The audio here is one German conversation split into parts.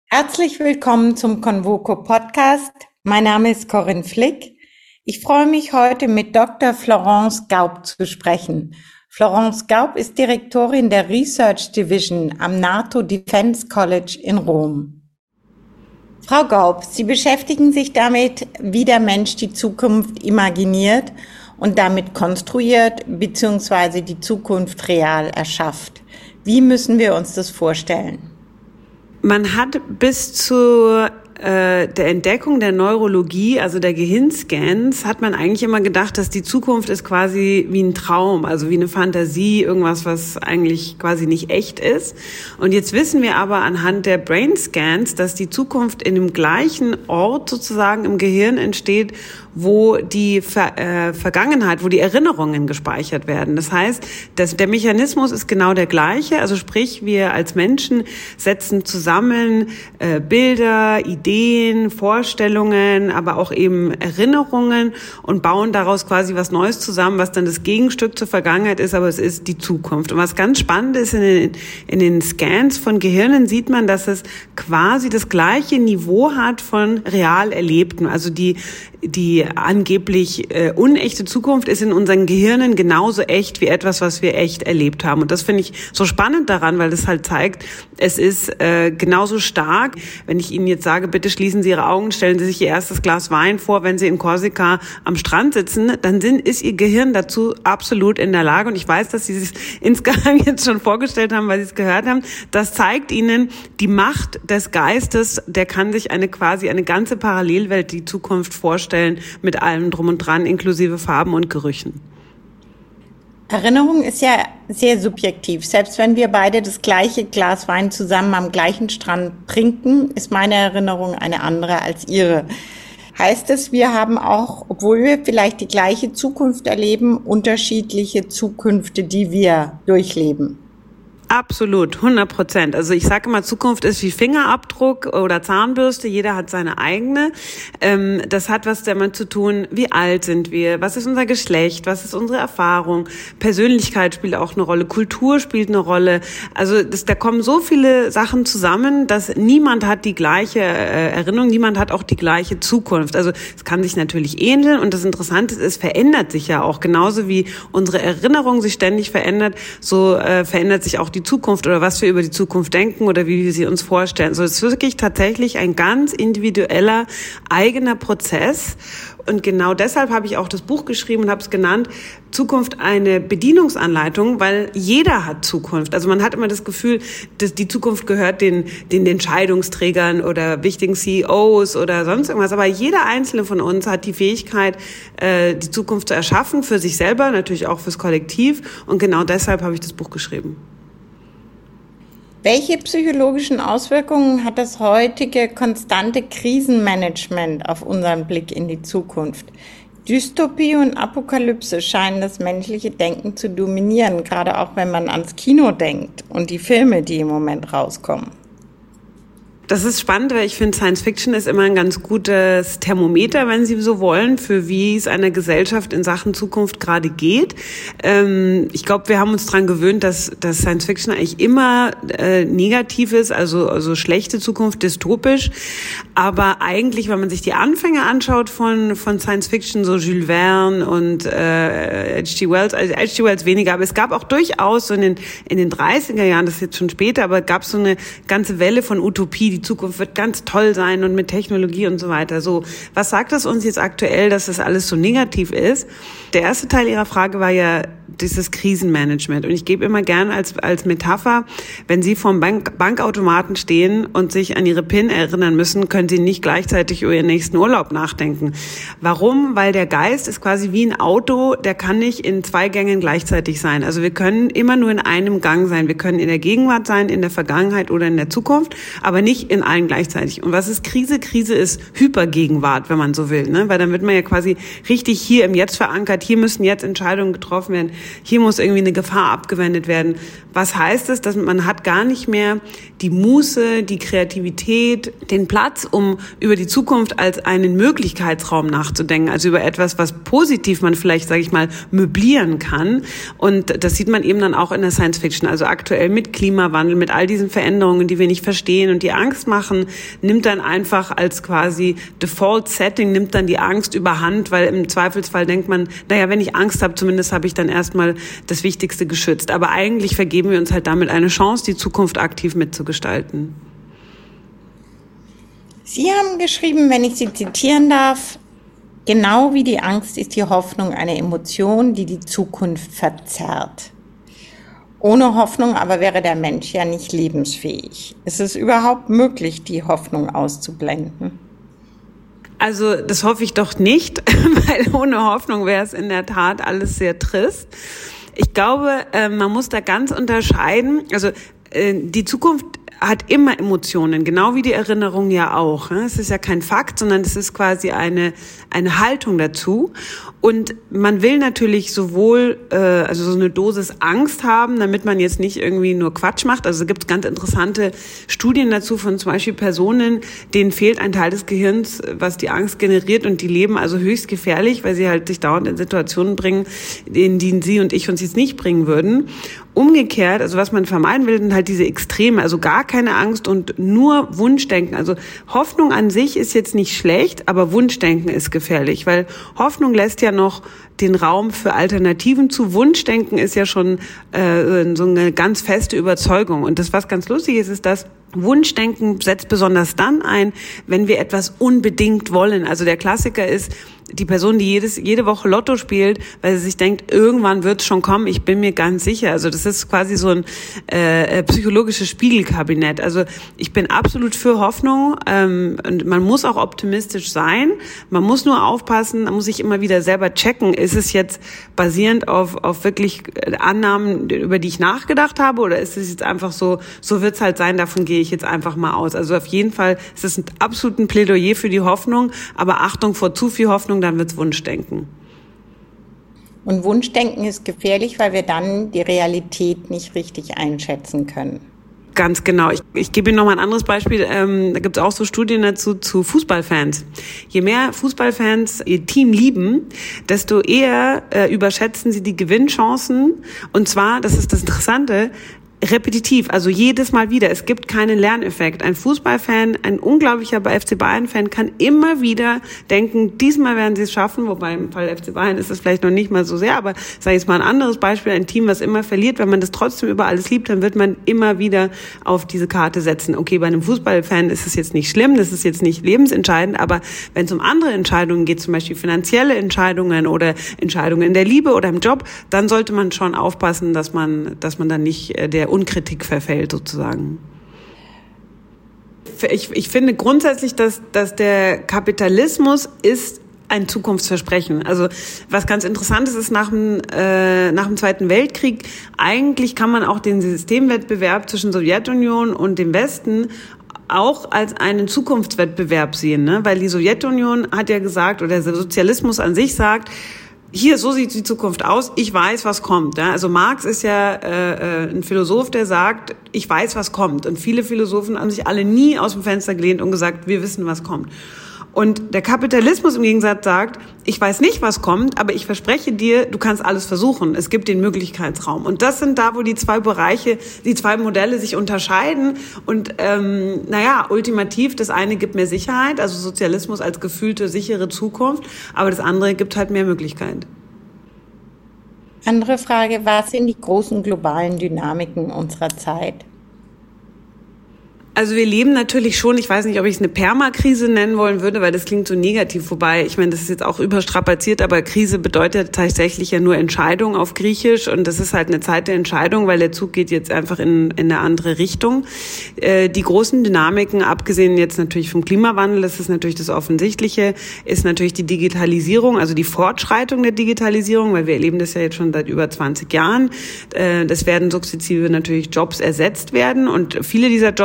Herzlich willkommen zum Convoco Podcast. Mein Name ist Corinne Flick. Ich freue mich heute mit Dr. Florence Gaub zu sprechen. Florence Gaub ist Direktorin der Research Division am NATO Defense College in Rom. Frau Gaub, Sie beschäftigen sich damit, wie der Mensch die Zukunft imaginiert und damit konstruiert bzw. die Zukunft real erschafft. Wie müssen wir uns das vorstellen? Man hat bis zu der Entdeckung der Neurologie, also der Gehirnscans, hat man eigentlich immer gedacht, dass die Zukunft ist quasi wie ein Traum, also wie eine Fantasie, irgendwas, was eigentlich quasi nicht echt ist. Und jetzt wissen wir aber anhand der Brainscans, dass die Zukunft in dem gleichen Ort sozusagen im Gehirn entsteht, wo die Vergangenheit, wo die Erinnerungen gespeichert werden. Das heißt, der Mechanismus ist genau der gleiche. Also sprich, wir als Menschen setzen zusammen Bilder, Ideen, Vorstellungen, aber auch eben Erinnerungen und bauen daraus quasi was Neues zusammen, was dann das Gegenstück zur Vergangenheit ist, aber es ist die Zukunft. Und was ganz spannend ist, in den Scans von Gehirnen sieht man, dass es quasi das gleiche Niveau hat von real Erlebten. Also die angeblich unechte Zukunft ist in unseren Gehirnen genauso echt wie etwas, was wir echt erlebt haben. Und das finde ich so spannend daran, weil das halt zeigt, es ist genauso stark. Wenn ich Ihnen jetzt sage, bitte schließen Sie Ihre Augen, stellen Sie sich Ihr erstes Glas Wein vor, wenn Sie in Korsika am Strand sitzen, dann ist Ihr Gehirn dazu absolut in der Lage. Und ich weiß, dass Sie sich insgeheim jetzt schon vorgestellt haben, weil Sie es gehört haben. Das zeigt Ihnen die Macht des Geistes. Der kann sich eine ganze Parallelwelt, die Zukunft vorstellen, mit allem drum und dran, inklusive Farben und Gerüchen. Erinnerung ist ja sehr subjektiv. Selbst wenn wir beide das gleiche Glas Wein zusammen am gleichen Strand trinken, ist meine Erinnerung eine andere als Ihre. Heißt es, wir haben auch, obwohl wir vielleicht die gleiche Zukunft erleben, unterschiedliche Zukünfte, die wir durchleben? Absolut, 100%. Also ich sage immer, Zukunft ist wie Fingerabdruck oder Zahnbürste. Jeder hat seine eigene. Das hat was damit zu tun, wie alt sind wir, was ist unser Geschlecht, was ist unsere Erfahrung. Persönlichkeit spielt auch eine Rolle, Kultur spielt eine Rolle. Also da kommen so viele Sachen zusammen, dass niemand hat die gleiche Erinnerung, niemand hat auch die gleiche Zukunft. Also es kann sich natürlich ähneln und das Interessante ist, es verändert sich ja auch. Genauso wie unsere Erinnerung sich ständig verändert, so verändert sich auch die Zukunft oder was wir über die Zukunft denken oder wie wir sie uns vorstellen. So, es ist wirklich tatsächlich ein ganz individueller, eigener Prozess. Und genau deshalb habe ich auch das Buch geschrieben und habe es genannt, Zukunft eine Bedienungsanleitung, weil jeder hat Zukunft. Also man hat immer das Gefühl, dass die Zukunft gehört den Entscheidungsträgern oder wichtigen CEOs oder sonst irgendwas. Aber jeder Einzelne von uns hat die Fähigkeit, die Zukunft zu erschaffen, für sich selber, natürlich auch fürs Kollektiv. Und genau deshalb habe ich das Buch geschrieben. Welche psychologischen Auswirkungen hat das heutige konstante Krisenmanagement auf unseren Blick in die Zukunft? Dystopie und Apokalypse scheinen das menschliche Denken zu dominieren, gerade auch wenn man ans Kino denkt und die Filme, die im Moment rauskommen. Das ist spannend, weil ich finde, Science Fiction ist immer ein ganz gutes Thermometer, wenn Sie so wollen, für wie es einer Gesellschaft in Sachen Zukunft gerade geht. Ich glaube, wir haben uns dran gewöhnt, dass Science Fiction eigentlich immer negativ ist, also schlechte Zukunft, dystopisch. Aber eigentlich, wenn man sich die Anfänge anschaut von Science Fiction, so Jules Verne und H.G. Wells, also H.G. Wells weniger, aber es gab auch durchaus so in den 30er Jahren, das ist jetzt schon später, aber gab es so eine ganze Welle von Utopie, die Zukunft wird ganz toll sein und mit Technologie und so weiter. So, was sagt das uns jetzt aktuell, dass das alles so negativ ist? Der erste Teil Ihrer Frage war ja dieses Krisenmanagement. Und ich gebe immer gern als Metapher, wenn Sie vorm Bankautomaten stehen und sich an Ihre PIN erinnern müssen, können Sie nicht gleichzeitig über Ihren nächsten Urlaub nachdenken. Warum? Weil der Geist ist quasi wie ein Auto, der kann nicht in 2 Gängen gleichzeitig sein. Also wir können immer nur in einem Gang sein. Wir können in der Gegenwart sein, in der Vergangenheit oder in der Zukunft, aber nicht in allen gleichzeitig. Und was ist Krise? Krise ist Hypergegenwart, wenn man so will, ne? Weil dann wird man ja quasi richtig hier im Jetzt verankert. Hier müssen jetzt Entscheidungen getroffen werden. hier muss irgendwie eine Gefahr abgewendet werden. Was heißt es? Dass man hat gar nicht mehr die Muße, die Kreativität, den Platz, um über die Zukunft als einen Möglichkeitsraum nachzudenken, also über etwas, was positiv man vielleicht, sage ich mal, möblieren kann. Und das sieht man eben dann auch in der Science Fiction. Also aktuell mit Klimawandel, mit all diesen Veränderungen, die wir nicht verstehen und die Angst machen, nimmt dann einfach als quasi Default Setting, nimmt dann die Angst überhand, weil im Zweifelsfall denkt man, naja, wenn ich Angst habe, zumindest habe ich dann erstmal das Wichtigste geschützt. Aber eigentlich vergeben wir uns halt damit eine Chance, die Zukunft aktiv mitzugestalten. Sie haben geschrieben, wenn ich Sie zitieren darf, genau wie die Angst ist die Hoffnung eine Emotion, die die Zukunft verzerrt. Ohne Hoffnung aber wäre der Mensch ja nicht lebensfähig. Ist es überhaupt möglich, die Hoffnung auszublenden? Also das hoffe ich doch nicht, weil ohne Hoffnung wäre es in der Tat alles sehr trist. Ich glaube, man muss da ganz unterscheiden. Also die Zukunft hat immer Emotionen, genau wie die Erinnerung ja auch. Es ist ja kein Fakt, sondern es ist quasi eine Haltung dazu. Und man will natürlich sowohl also so eine Dosis Angst haben, damit man jetzt nicht irgendwie nur Quatsch macht. Also es gibt ganz interessante Studien dazu von zum Beispiel Personen, denen fehlt ein Teil des Gehirns, was die Angst generiert, und die leben also höchst gefährlich, weil sie halt sich dauernd in Situationen bringen, in denen Sie und ich uns jetzt nicht bringen würden. Umgekehrt, also was man vermeiden will, sind halt diese Extreme, also gar keine Angst und nur Wunschdenken. Also Hoffnung an sich ist jetzt nicht schlecht, aber Wunschdenken ist gefährlich, weil Hoffnung lässt ja noch den Raum für Alternativen zu. Wunschdenken ist ja schon so eine ganz feste Überzeugung. Und das, was ganz lustig ist, ist, dass Wunschdenken setzt besonders dann ein, wenn wir etwas unbedingt wollen. Also der Klassiker ist die Person, die jede Woche Lotto spielt, weil sie sich denkt, irgendwann wird es schon kommen, ich bin mir ganz sicher. Also das ist quasi so ein psychologisches Spiegelkabinett. Also ich bin absolut für Hoffnung, und man muss auch optimistisch sein. Man muss nur aufpassen, man muss sich immer wieder selber checken, ist es jetzt basierend auf wirklich Annahmen, über die ich nachgedacht habe, oder ist es jetzt einfach so wird es halt sein, davon gehe ich jetzt einfach mal aus. Also auf jeden Fall ist es ein absolutes Plädoyer für die Hoffnung, aber Achtung vor zu viel Hoffnung, dann wird's Wunschdenken. Und Wunschdenken ist gefährlich, weil wir dann die Realität nicht richtig einschätzen können. Ganz genau. Ich gebe Ihnen noch mal ein anderes Beispiel. Da gibt es auch so Studien dazu zu Fußballfans. Je mehr Fußballfans ihr Team lieben, desto eher überschätzen sie die Gewinnchancen. Und zwar, das ist das Interessante, repetitiv, also jedes Mal wieder. Es gibt keinen Lerneffekt. Ein Fußballfan, ein unglaublicher FC Bayern-Fan kann immer wieder denken, diesmal werden sie es schaffen, wobei im Fall FC Bayern ist es vielleicht noch nicht mal so sehr, aber sage ich jetzt mal ein anderes Beispiel, ein Team, was immer verliert, wenn man das trotzdem über alles liebt, dann wird man immer wieder auf diese Karte setzen. Okay, bei einem Fußballfan ist es jetzt nicht schlimm, das ist jetzt nicht lebensentscheidend, aber wenn es um andere Entscheidungen geht, zum Beispiel finanzielle Entscheidungen oder Entscheidungen in der Liebe oder im Job, dann sollte man schon aufpassen, dass man dann nicht der Unkritik verfällt sozusagen. Ich finde grundsätzlich, dass der Kapitalismus ist ein Zukunftsversprechen. Also was ganz interessant ist nach dem Zweiten Weltkrieg, eigentlich kann man auch den Systemwettbewerb zwischen Sowjetunion und dem Westen auch als einen Zukunftswettbewerb sehen, ne? Weil die Sowjetunion hat ja gesagt, oder der Sozialismus an sich sagt, hier, so sieht die Zukunft aus, ich weiß, was kommt. Ja? Also Marx ist ja ein Philosoph, der sagt, ich weiß, was kommt. Und viele Philosophen haben sich alle nie aus dem Fenster gelehnt und gesagt, wir wissen, was kommt. Und der Kapitalismus im Gegensatz sagt, ich weiß nicht, was kommt, aber ich verspreche dir, du kannst alles versuchen. Es gibt den Möglichkeitsraum. Und das sind da, wo die zwei Bereiche, die zwei Modelle sich unterscheiden. Und ultimativ, das eine gibt mehr Sicherheit, also Sozialismus als gefühlte, sichere Zukunft, aber das andere gibt halt mehr Möglichkeit. Andere Frage, was sind die großen globalen Dynamiken unserer Zeit? Also wir leben natürlich schon, ich weiß nicht, ob ich es eine Permakrise nennen wollen würde, weil das klingt so negativ, wobei, ich meine, das ist jetzt auch überstrapaziert, aber Krise bedeutet tatsächlich ja nur Entscheidung auf Griechisch, und das ist halt eine Zeit der Entscheidung, weil der Zug geht jetzt einfach in eine andere Richtung. Die großen Dynamiken, abgesehen jetzt natürlich vom Klimawandel, das ist natürlich das Offensichtliche, ist natürlich die Digitalisierung, also die Fortschreitung der Digitalisierung, weil wir erleben das ja jetzt schon seit über 20 Jahren. Das werden sukzessive natürlich Jobs ersetzt werden, und viele dieser Jobs, denen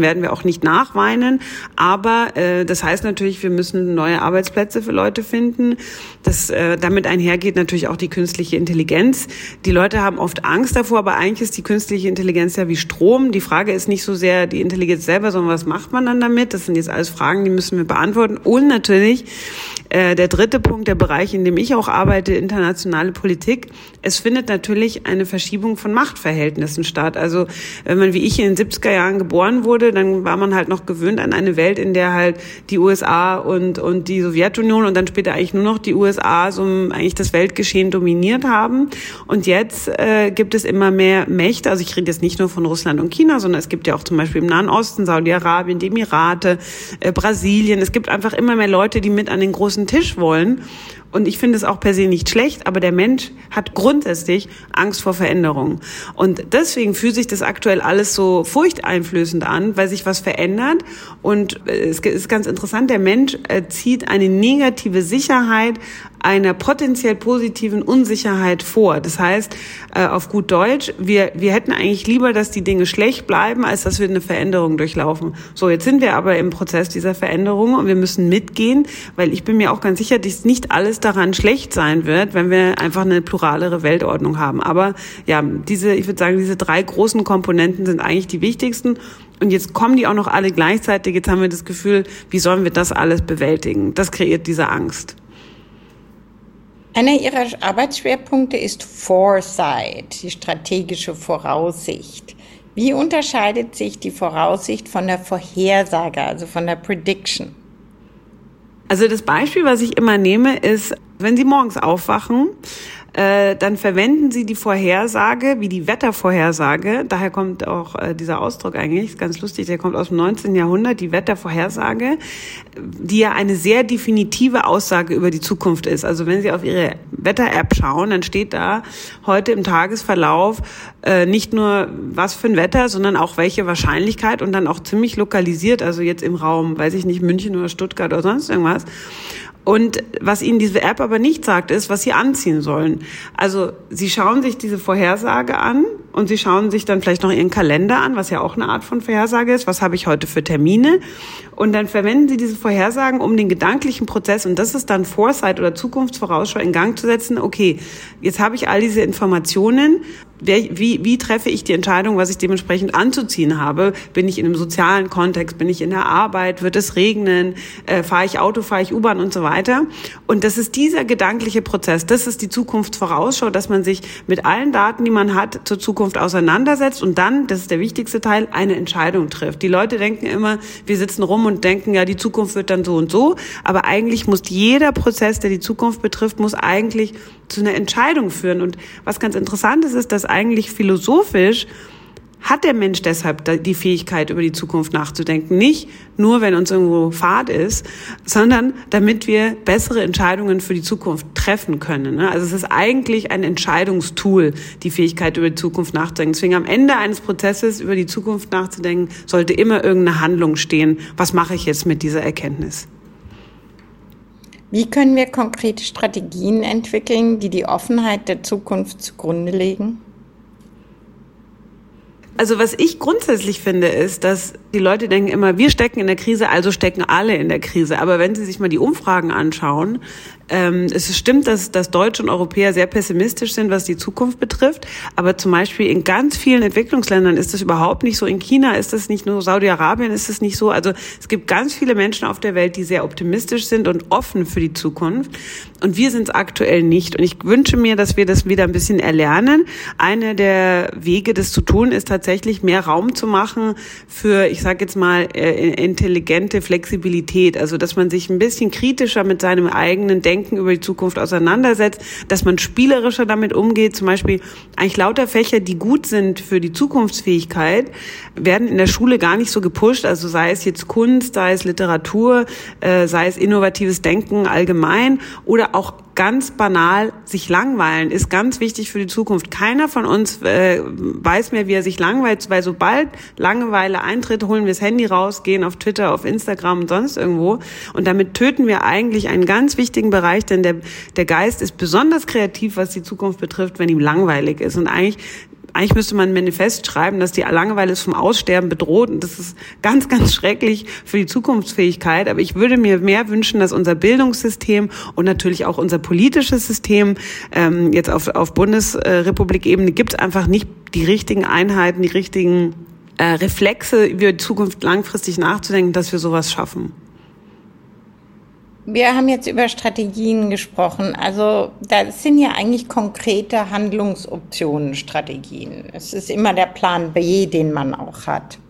werden wir auch nicht nachweinen. Aber das heißt natürlich, wir müssen neue Arbeitsplätze für Leute finden. Damit einhergeht natürlich auch die künstliche Intelligenz. Die Leute haben oft Angst davor, aber eigentlich ist die künstliche Intelligenz ja wie Strom. Die Frage ist nicht so sehr die Intelligenz selber, sondern was macht man dann damit? Das sind jetzt alles Fragen, die müssen wir beantworten. Und natürlich der dritte Punkt, der Bereich, in dem ich auch arbeite, internationale Politik. Es findet natürlich eine Verschiebung von Machtverhältnissen statt. Also wenn man wie ich in den 70er Jahren geboren wurde, dann war man halt noch gewöhnt an eine Welt, in der halt die USA und die Sowjetunion und dann später eigentlich nur noch die USA so eigentlich das Weltgeschehen dominiert haben. Und jetzt gibt es immer mehr Mächte. Also ich rede jetzt nicht nur von Russland und China, sondern es gibt ja auch zum Beispiel im Nahen Osten, Saudi-Arabien, die Emirate, Brasilien. Es gibt einfach immer mehr Leute, die mit an den großen Tisch wollen. Und ich finde es auch per se nicht schlecht, aber der Mensch hat grundsätzlich Angst vor Veränderung. Und deswegen fühlt sich das aktuell alles so furchteinflößend an, weil sich was verändert. Und es ist ganz interessant, der Mensch zieht eine negative Sicherheit einer potenziell positiven Unsicherheit vor. Das heißt, auf gut Deutsch, wir hätten eigentlich lieber, dass die Dinge schlecht bleiben, als dass wir eine Veränderung durchlaufen. So, jetzt sind wir aber im Prozess dieser Veränderung und wir müssen mitgehen, weil ich bin mir auch ganz sicher, dass nicht alles daran schlecht sein wird, wenn wir einfach eine pluralere Weltordnung haben. Aber ja, ich würde sagen, diese 3 großen Komponenten sind eigentlich die wichtigsten. Und jetzt kommen die auch noch alle gleichzeitig. Jetzt haben wir das Gefühl, wie sollen wir das alles bewältigen? Das kreiert diese Angst. Einer Ihrer Arbeitsschwerpunkte ist Foresight, die strategische Voraussicht. Wie unterscheidet sich die Voraussicht von der Vorhersage, also von der Prediction? Also das Beispiel, was ich immer nehme, ist, wenn Sie morgens aufwachen, dann verwenden Sie die Vorhersage wie die Wettervorhersage. Daher kommt auch dieser Ausdruck eigentlich, ist ganz lustig, der kommt aus dem 19. Jahrhundert, die Wettervorhersage, die ja eine sehr definitive Aussage über die Zukunft ist. Also wenn Sie auf Ihre Wetter-App schauen, dann steht da heute im Tagesverlauf nicht nur was für ein Wetter, sondern auch welche Wahrscheinlichkeit und dann auch ziemlich lokalisiert, also jetzt im Raum, weiß ich nicht, München oder Stuttgart oder sonst irgendwas. Und was Ihnen diese App aber nicht sagt, ist, was Sie anziehen sollen. Also Sie schauen sich diese Vorhersage an und Sie schauen sich dann vielleicht noch Ihren Kalender an, was ja auch eine Art von Vorhersage ist. Was habe ich heute für Termine? Und dann verwenden Sie diese Vorhersagen, um den gedanklichen Prozess, und das ist dann Foresight oder Zukunftsvorausschau, in Gang zu setzen. Okay, jetzt habe ich all diese Informationen. Wie treffe ich die Entscheidung, was ich dementsprechend anzuziehen habe? Bin ich in einem sozialen Kontext? Bin ich in der Arbeit? Wird es regnen? Fahre ich Auto? Fahre ich U-Bahn und so weiter? Und das ist dieser gedankliche Prozess. Das ist die Zukunftsvorausschau, dass man sich mit allen Daten, die man hat, zur Zukunft auseinandersetzt und dann, das ist der wichtigste Teil, eine Entscheidung trifft. Die Leute denken immer, wir sitzen rum und denken, ja, die Zukunft wird dann so und so. Aber eigentlich muss jeder Prozess, der die Zukunft betrifft, muss eigentlich zu einer Entscheidung führen. Und was ganz interessant ist, dass eigentlich philosophisch hat der Mensch deshalb die Fähigkeit, über die Zukunft nachzudenken. Nicht nur, wenn uns irgendwo Fahrt ist, sondern damit wir bessere Entscheidungen für die Zukunft treffen können. Also es ist eigentlich ein Entscheidungstool, die Fähigkeit, über die Zukunft nachzudenken. Deswegen am Ende eines Prozesses über die Zukunft nachzudenken, sollte immer irgendeine Handlung stehen. Was mache ich jetzt mit dieser Erkenntnis? Wie können wir konkrete Strategien entwickeln, die die Offenheit der Zukunft zugrunde legen? Also was ich grundsätzlich finde, ist, dass die Leute denken immer, wir stecken in der Krise, also stecken alle in der Krise. Aber wenn Sie sich mal die Umfragen anschauen, es stimmt, dass Deutsche und Europäer sehr pessimistisch sind, was die Zukunft betrifft. Aber zum Beispiel in ganz vielen Entwicklungsländern ist das überhaupt nicht so. In China ist das nicht nur, Saudi-Arabien ist es nicht so. Also es gibt ganz viele Menschen auf der Welt, die sehr optimistisch sind und offen für die Zukunft. Und wir sind es aktuell nicht. Und ich wünsche mir, dass wir das wieder ein bisschen erlernen. Einer der Wege, das zu tun, ist tatsächlich mehr Raum zu machen für, ich sage jetzt mal, intelligente Flexibilität. Also dass man sich ein bisschen kritischer mit seinem eigenen Denken über die Zukunft auseinandersetzt, dass man spielerischer damit umgeht. Zum Beispiel eigentlich lauter Fächer, die gut sind für die Zukunftsfähigkeit, werden in der Schule gar nicht so gepusht. Also sei es jetzt Kunst, sei es Literatur, sei es innovatives Denken allgemein oder auch ganz banal, sich langweilen ist ganz wichtig für die Zukunft. Keiner von uns weiß mehr, wie er sich langweilt, weil sobald Langeweile eintritt, holen wir das Handy raus, gehen auf Twitter, auf Instagram und sonst irgendwo. Und damit töten wir eigentlich einen ganz wichtigen Bereich, denn der Geist ist besonders kreativ, was die Zukunft betrifft, wenn ihm langweilig ist. Und eigentlich eigentlich müsste man ein Manifest schreiben, dass die Langeweile ist vom Aussterben bedroht und das ist ganz, ganz schrecklich für die Zukunftsfähigkeit. Aber ich würde mir mehr wünschen, dass unser Bildungssystem und natürlich auch unser politisches System, jetzt auf Bundesrepublik-Ebene gibt es einfach nicht die richtigen Einheiten, die richtigen Reflexe, über die Zukunft langfristig nachzudenken, dass wir sowas schaffen. Wir haben jetzt über Strategien gesprochen. Also da sind ja eigentlich konkrete Handlungsoptionen Strategien. Es ist immer der Plan B, den man auch hat.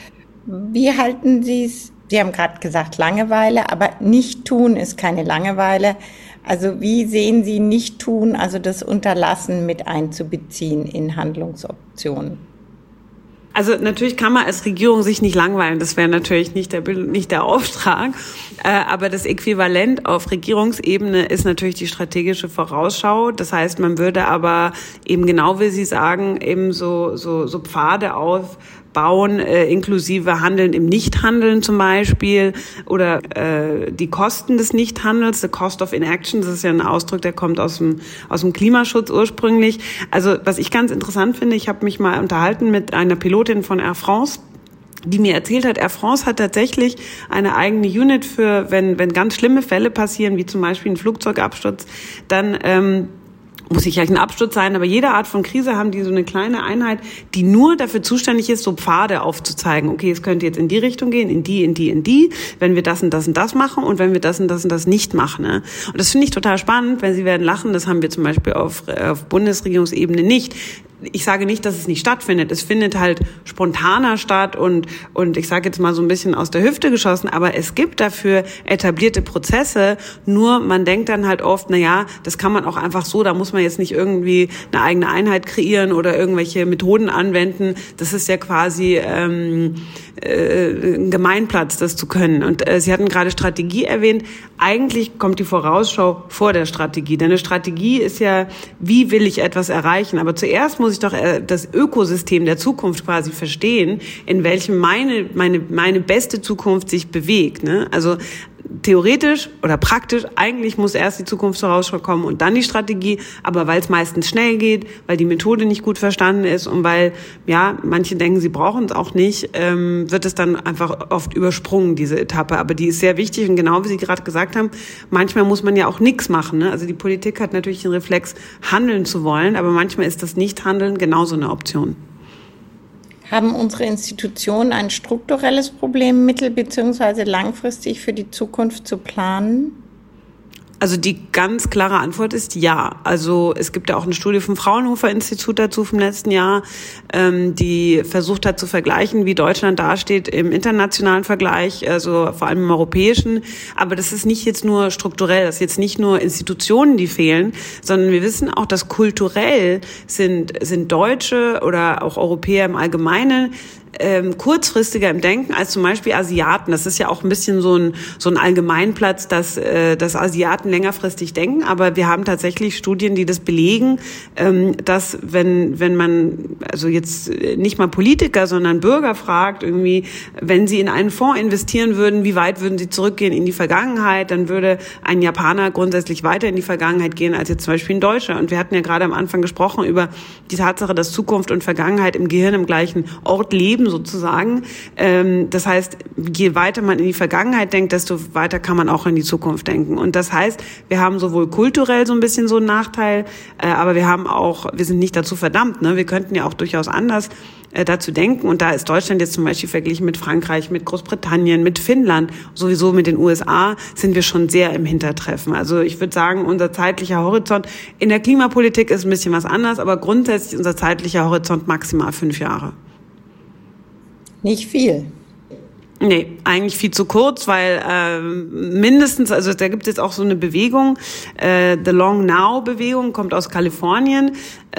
Wie halten Sie es? Sie haben gerade gesagt Langeweile, aber nicht tun ist keine Langeweile. Also wie sehen Sie nicht tun, also das Unterlassen mit einzubeziehen in Handlungsoptionen? Also natürlich kann man als Regierung sich nicht langweilen, das wäre natürlich nicht der Auftrag, aber das Äquivalent auf Regierungsebene ist natürlich die strategische Vorausschau. Das heißt, man würde aber eben genau wie Sie sagen, eben so Pfade aufbauen, inklusive Handeln im Nichthandeln zum Beispiel oder die Kosten des Nichthandels, the cost of inaction, das ist ja ein Ausdruck, der kommt aus dem Klimaschutz ursprünglich. Also was ich ganz interessant finde, ich habe mich mal unterhalten mit einer Pilotin von Air France, die mir erzählt hat, Air France hat tatsächlich eine eigene Unit für, wenn ganz schlimme Fälle passieren, wie zum Beispiel ein Flugzeugabsturz, dann muss nicht gleich ein Absturz sein, aber jede Art von Krise haben die so eine kleine Einheit, die nur dafür zuständig ist, so Pfade aufzuzeigen. Okay, es könnte jetzt in die Richtung gehen, in die, wenn wir das und das und das machen und wenn wir das und das und das nicht machen. Ne? Und das finde ich total spannend, weil Sie werden lachen, das haben wir zum Beispiel auf Bundesregierungsebene nicht. Ich sage nicht, dass es nicht stattfindet. Es findet halt spontaner statt und ich sage jetzt mal so ein bisschen aus der Hüfte geschossen, aber es gibt dafür etablierte Prozesse. Nur man denkt dann halt oft, das kann man auch einfach so, da muss man jetzt nicht irgendwie eine eigene Einheit kreieren oder irgendwelche Methoden anwenden. Das ist ja quasi ein Gemeinplatz, das zu können. Und Sie hatten gerade Strategie erwähnt. Eigentlich kommt die Vorausschau vor der Strategie. Denn eine Strategie ist ja, wie will ich etwas erreichen? Aber zuerst muss ich doch das Ökosystem der Zukunft quasi verstehen, in welchem meine beste Zukunft sich bewegt. Ne? Also theoretisch oder praktisch, eigentlich muss erst die Zukunftsvorausschau kommen und dann die Strategie, aber weil es meistens schnell geht, weil die Methode nicht gut verstanden ist und weil, manche denken, sie brauchen es auch nicht, wird es dann einfach oft übersprungen, diese Etappe. Aber die ist sehr wichtig und genau wie Sie gerade gesagt haben, manchmal muss man ja auch nichts machen. Ne? Also die Politik hat natürlich den Reflex, handeln zu wollen, aber manchmal ist das Nicht-Handeln genauso eine Option. Haben unsere Institutionen ein strukturelles Problem, mittel- bzw. langfristig für die Zukunft zu planen? Also die ganz klare Antwort ist ja. Also es gibt ja auch eine Studie vom Fraunhofer-Institut dazu vom letzten Jahr, die versucht hat zu vergleichen, wie Deutschland dasteht im internationalen Vergleich, also vor allem im europäischen. Aber das ist nicht jetzt nur strukturell, das ist jetzt nicht nur Institutionen, die fehlen, sondern wir wissen auch, dass kulturell sind Deutsche oder auch Europäer im Allgemeinen kurzfristiger im Denken als zum Beispiel Asiaten. Das ist ja auch ein bisschen so ein Allgemeinplatz, dass Asiaten längerfristig denken. Aber wir haben tatsächlich Studien, die das belegen, dass wenn man also jetzt nicht mal Politiker, sondern Bürger fragt, irgendwie, wenn sie in einen Fonds investieren würden, wie weit würden sie zurückgehen in die Vergangenheit, dann würde ein Japaner grundsätzlich weiter in die Vergangenheit gehen als jetzt zum Beispiel ein Deutscher. Und wir hatten ja gerade am Anfang gesprochen über die Tatsache, dass Zukunft und Vergangenheit im Gehirn im gleichen Ort leben, sozusagen. Das heißt, je weiter man in die Vergangenheit denkt, desto weiter kann man auch in die Zukunft denken. Und das heißt, wir haben sowohl kulturell so ein bisschen so einen Nachteil, aber wir sind nicht dazu verdammt. Ne? Wir könnten ja auch durchaus anders dazu denken. Und da ist Deutschland jetzt zum Beispiel verglichen mit Frankreich, mit Großbritannien, mit Finnland, sowieso mit den USA, sind wir schon sehr im Hintertreffen. Also ich würde sagen, unser zeitlicher Horizont in der Klimapolitik ist ein bisschen was anders, aber grundsätzlich unser zeitlicher Horizont maximal 5 Jahre. Nicht viel. Nee, eigentlich viel zu kurz, weil mindestens, also da gibt es jetzt auch so eine Bewegung, The Long Now Bewegung, kommt aus Kalifornien.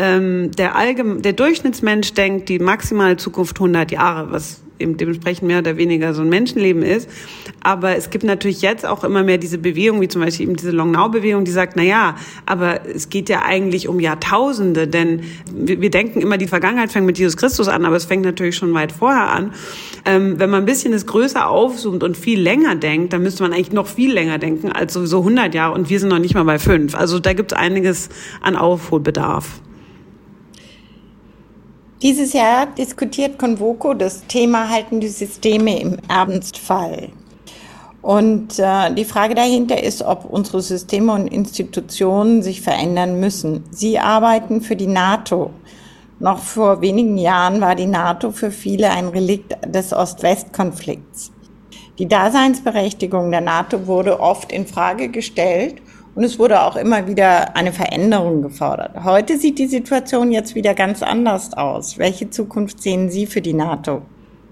Der Durchschnittsmensch denkt die maximale Zukunft 100 Jahre, was eben dementsprechend mehr oder weniger so ein Menschenleben ist. Aber es gibt natürlich jetzt auch immer mehr diese Bewegung, wie zum Beispiel eben diese Long Now Bewegung, die sagt, aber es geht ja eigentlich um Jahrtausende, denn wir denken immer, die Vergangenheit fängt mit Jesus Christus an, aber es fängt natürlich schon weit vorher an. Wenn man ein bisschen das größer aufzoomt und viel länger denkt, dann müsste man eigentlich noch viel länger denken als sowieso 100 Jahre und wir sind noch nicht mal bei 5. Also da gibt es einiges an Aufholbedarf. Dieses Jahr diskutiert Convoco das Thema haltende Systeme im Ernstfall. Und die Frage dahinter ist, ob unsere Systeme und Institutionen sich verändern müssen. Sie arbeiten für die NATO. Noch vor wenigen Jahren war die NATO für viele ein Relikt des Ost-West-Konflikts. Die Daseinsberechtigung der NATO wurde oft in Frage gestellt und es wurde auch immer wieder eine Veränderung gefordert. Heute sieht die Situation jetzt wieder ganz anders aus. Welche Zukunft sehen Sie für die NATO?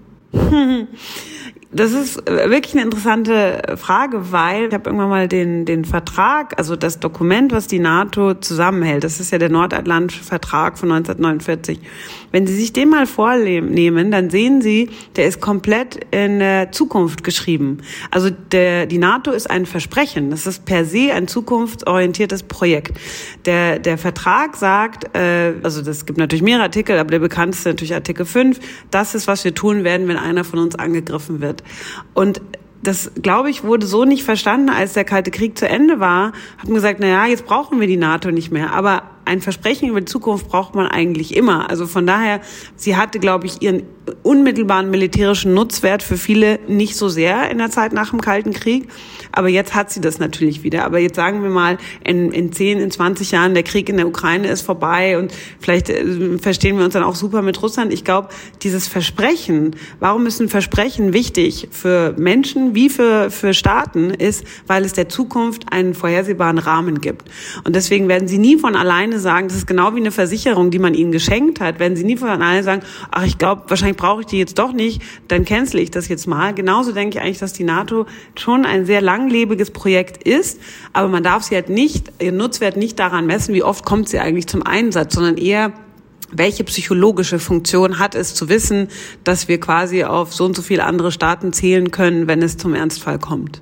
Das ist wirklich eine interessante Frage, weil ich habe irgendwann mal den Vertrag, also das Dokument, was die NATO zusammenhält, das ist ja der Nordatlantische Vertrag von 1949. Wenn Sie sich den mal vornehmen, dann sehen Sie, der ist komplett in der Zukunft geschrieben. Also die NATO ist ein Versprechen. Das ist per se ein zukunftsorientiertes Projekt. Der Vertrag sagt, also das gibt natürlich mehrere Artikel, aber der bekannteste natürlich Artikel 5, das ist, was wir tun werden, wenn einer von uns angegriffen wird. Und das, glaube ich, wurde so nicht verstanden, als der Kalte Krieg zu Ende war. Hat man gesagt, jetzt brauchen wir die NATO nicht mehr. Aber ein Versprechen über die Zukunft braucht man eigentlich immer. Also von daher, sie hatte, glaube ich, ihren unmittelbaren militärischen Nutzwert für viele nicht so sehr in der Zeit nach dem Kalten Krieg. Aber jetzt hat sie das natürlich wieder. Aber jetzt sagen wir mal, in 10, in 20 Jahren, der Krieg in der Ukraine ist vorbei und vielleicht verstehen wir uns dann auch super mit Russland. Ich glaube, dieses Versprechen, warum ist ein Versprechen wichtig für Menschen wie für Staaten, ist, weil es der Zukunft einen vorhersehbaren Rahmen gibt. Und deswegen werden sie nie von alleine sagen, das ist genau wie eine Versicherung, die man ihnen geschenkt hat, werden sie nie von alleine sagen, ach, ich glaube, wahrscheinlich brauche ich die jetzt doch nicht, dann cancel ich das jetzt mal. Genauso denke ich eigentlich, dass die NATO schon ein sehr langlebiges Projekt ist, aber man darf sie halt nicht, ihren Nutzwert nicht daran messen, wie oft kommt sie eigentlich zum Einsatz, sondern eher, welche psychologische Funktion hat es zu wissen, dass wir quasi auf so und so viele andere Staaten zählen können, wenn es zum Ernstfall kommt.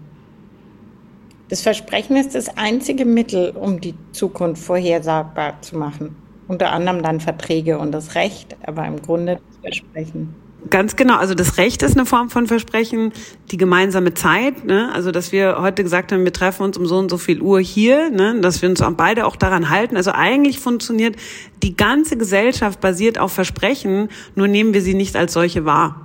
Das Versprechen ist das einzige Mittel, um die Zukunft vorhersagbar zu machen. Unter anderem dann Verträge und das Recht, aber im Grunde das Versprechen. Ganz genau, also das Recht ist eine Form von Versprechen, die gemeinsame Zeit, ne? Also dass wir heute gesagt haben, wir treffen uns um so und so viel Uhr hier, ne? Dass wir uns beide auch daran halten. Also eigentlich funktioniert die ganze Gesellschaft basiert auf Versprechen, nur nehmen wir sie nicht als solche wahr.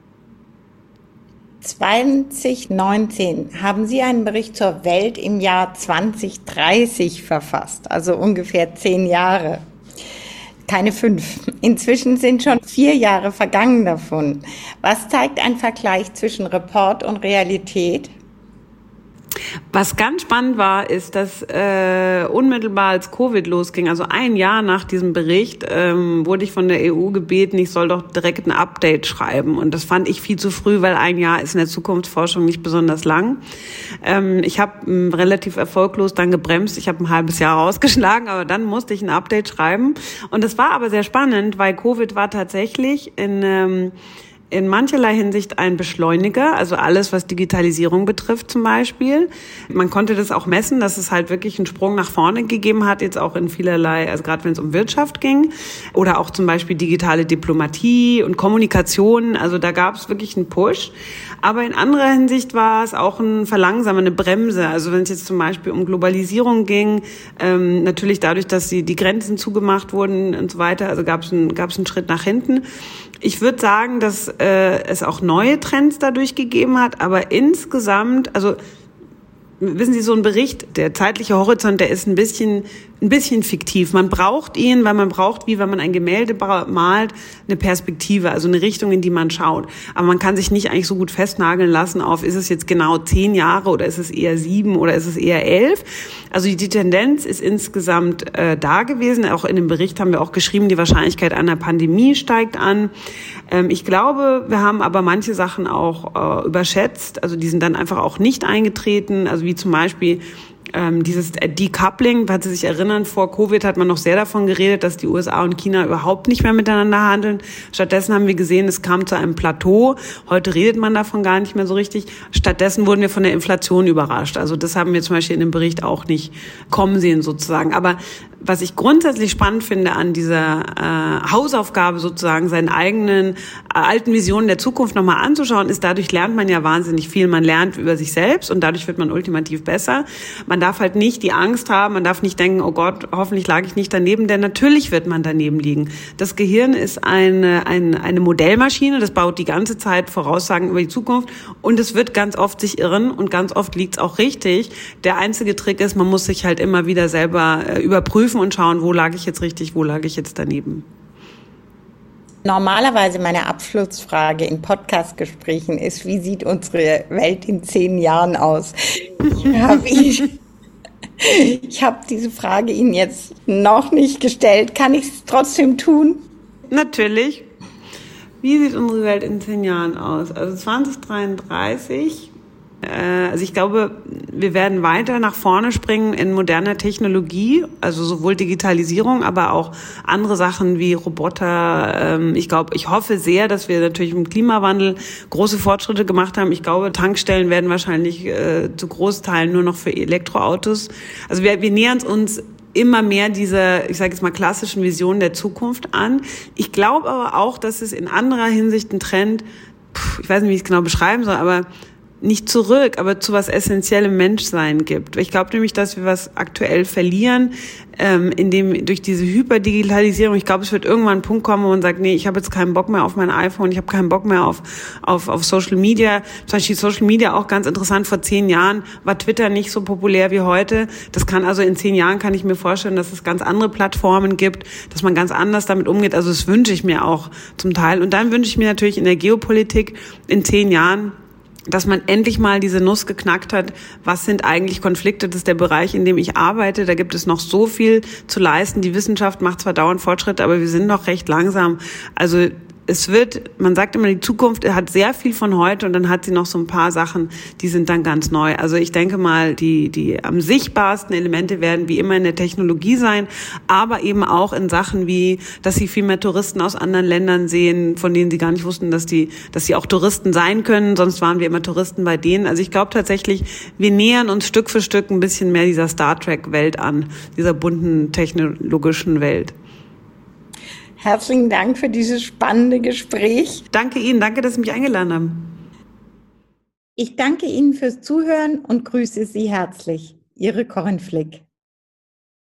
2019 haben Sie einen Bericht zur Welt im Jahr 2030 verfasst, also ungefähr 10 Jahre. Keine 5. Inzwischen sind schon 4 Jahre vergangen davon. Was zeigt ein Vergleich zwischen Report und Realität? Was ganz spannend war, ist, dass unmittelbar als Covid losging, also ein Jahr nach diesem Bericht, wurde ich von der EU gebeten, ich soll doch direkt ein Update schreiben. Und das fand ich viel zu früh, weil ein Jahr ist in der Zukunftsforschung nicht besonders lang. Ich habe relativ erfolglos dann gebremst. Ich habe ein halbes Jahr rausgeschlagen, aber dann musste ich ein Update schreiben. Und das war aber sehr spannend, weil Covid war tatsächlich in mancherlei Hinsicht ein Beschleuniger, also alles, was Digitalisierung betrifft zum Beispiel. Man konnte das auch messen, dass es halt wirklich einen Sprung nach vorne gegeben hat, jetzt auch in vielerlei, also gerade wenn es um Wirtschaft ging oder auch zum Beispiel digitale Diplomatie und Kommunikation, also da gab es wirklich einen Push. Aber in anderer Hinsicht war es auch ein Verlangsamer, eine Bremse. Also wenn es jetzt zum Beispiel um Globalisierung ging, natürlich dadurch, dass die Grenzen zugemacht wurden und so weiter, also gab es einen Schritt nach hinten. Ich würde sagen, dass es auch neue Trends dadurch gegeben hat, aber insgesamt, also wissen Sie, so ein Bericht, der zeitliche Horizont, der ist ein bisschen fiktiv. Man braucht ihn, weil man braucht, wie wenn man ein Gemälde malt, eine Perspektive, also eine Richtung, in die man schaut. Aber man kann sich nicht eigentlich so gut festnageln lassen auf, ist es jetzt genau 10 Jahre oder ist es eher 7 oder ist es eher 11? Also die Tendenz ist insgesamt da gewesen. Auch in dem Bericht haben wir auch geschrieben, die Wahrscheinlichkeit einer Pandemie steigt an. Ich glaube, wir haben aber manche Sachen auch überschätzt. Also die sind dann einfach auch nicht eingetreten. Also wie zum Beispiel dieses Decoupling, falls Sie sich erinnern, vor Covid hat man noch sehr davon geredet, dass die USA und China überhaupt nicht mehr miteinander handeln. Stattdessen haben wir gesehen, es kam zu einem Plateau. Heute redet man davon gar nicht mehr so richtig. Stattdessen wurden wir von der Inflation überrascht. Also das haben wir zum Beispiel in dem Bericht auch nicht kommen sehen sozusagen. Aber was ich grundsätzlich spannend finde an dieser Hausaufgabe sozusagen, seinen eigenen alten Visionen der Zukunft nochmal anzuschauen, ist, dadurch lernt man ja wahnsinnig viel. Man lernt über sich selbst und dadurch wird man ultimativ besser. Man darf halt nicht die Angst haben, man darf nicht denken, oh Gott, hoffentlich lag ich nicht daneben, denn natürlich wird man daneben liegen. Das Gehirn ist eine Modellmaschine, das baut die ganze Zeit Voraussagen über die Zukunft und es wird ganz oft sich irren und ganz oft liegt es auch richtig. Der einzige Trick ist, man muss sich halt immer wieder selber überprüfen und schauen, wo lag ich jetzt richtig, wo lag ich jetzt daneben. Normalerweise meine Abschlussfrage in Podcast-Gesprächen ist, wie sieht unsere Welt in 10 Jahren aus? Ich habe diese Frage Ihnen jetzt noch nicht gestellt. Kann ich es trotzdem tun? Natürlich. Wie sieht unsere Welt in 10 Jahren aus? Also 2033. Also ich glaube, wir werden weiter nach vorne springen in moderner Technologie, also sowohl Digitalisierung, aber auch andere Sachen wie Roboter. Ich hoffe sehr, dass wir natürlich im Klimawandel große Fortschritte gemacht haben. Ich glaube, Tankstellen werden wahrscheinlich zu Großteilen nur noch für Elektroautos. Also wir nähern uns immer mehr dieser, ich sage jetzt mal, klassischen Vision der Zukunft an. Ich glaube aber auch, dass es in anderer Hinsicht ein Trend, ich weiß nicht, wie ich es genau beschreiben soll, aber nicht zurück, aber zu was essentiellem Menschsein gibt. Ich glaube nämlich, dass wir was aktuell verlieren, durch diese Hyperdigitalisierung. Ich glaube, es wird irgendwann ein Punkt kommen, wo man sagt, nee, ich habe jetzt keinen Bock mehr auf mein iPhone, ich habe keinen Bock mehr auf Social Media. Zum Beispiel Social Media auch ganz interessant. Vor 10 Jahren war Twitter nicht so populär wie heute. Das kann also in 10 Jahren kann ich mir vorstellen, dass es ganz andere Plattformen gibt, dass man ganz anders damit umgeht. Also das wünsche ich mir auch zum Teil. Und dann wünsche ich mir natürlich in der Geopolitik in 10 Jahren, dass man endlich mal diese Nuss geknackt hat. Was sind eigentlich Konflikte? Das ist der Bereich, in dem ich arbeite. Da gibt es noch so viel zu leisten. Die Wissenschaft macht zwar dauernd Fortschritte, aber wir sind noch recht langsam. Also man sagt immer, die Zukunft hat sehr viel von heute und dann hat sie noch so ein paar Sachen, die sind dann ganz neu. Also ich denke mal, die am sichtbarsten Elemente werden wie immer in der Technologie sein, aber eben auch in Sachen wie, dass sie viel mehr Touristen aus anderen Ländern sehen, von denen sie gar nicht wussten, dass sie auch Touristen sein können, sonst waren wir immer Touristen bei denen. Also ich glaube tatsächlich, wir nähern uns Stück für Stück ein bisschen mehr dieser Star Trek-Welt an, dieser bunten technologischen Welt. Herzlichen Dank für dieses spannende Gespräch. Danke Ihnen, danke, dass Sie mich eingeladen haben. Ich danke Ihnen fürs Zuhören und grüße Sie herzlich. Ihre Corinne Flick.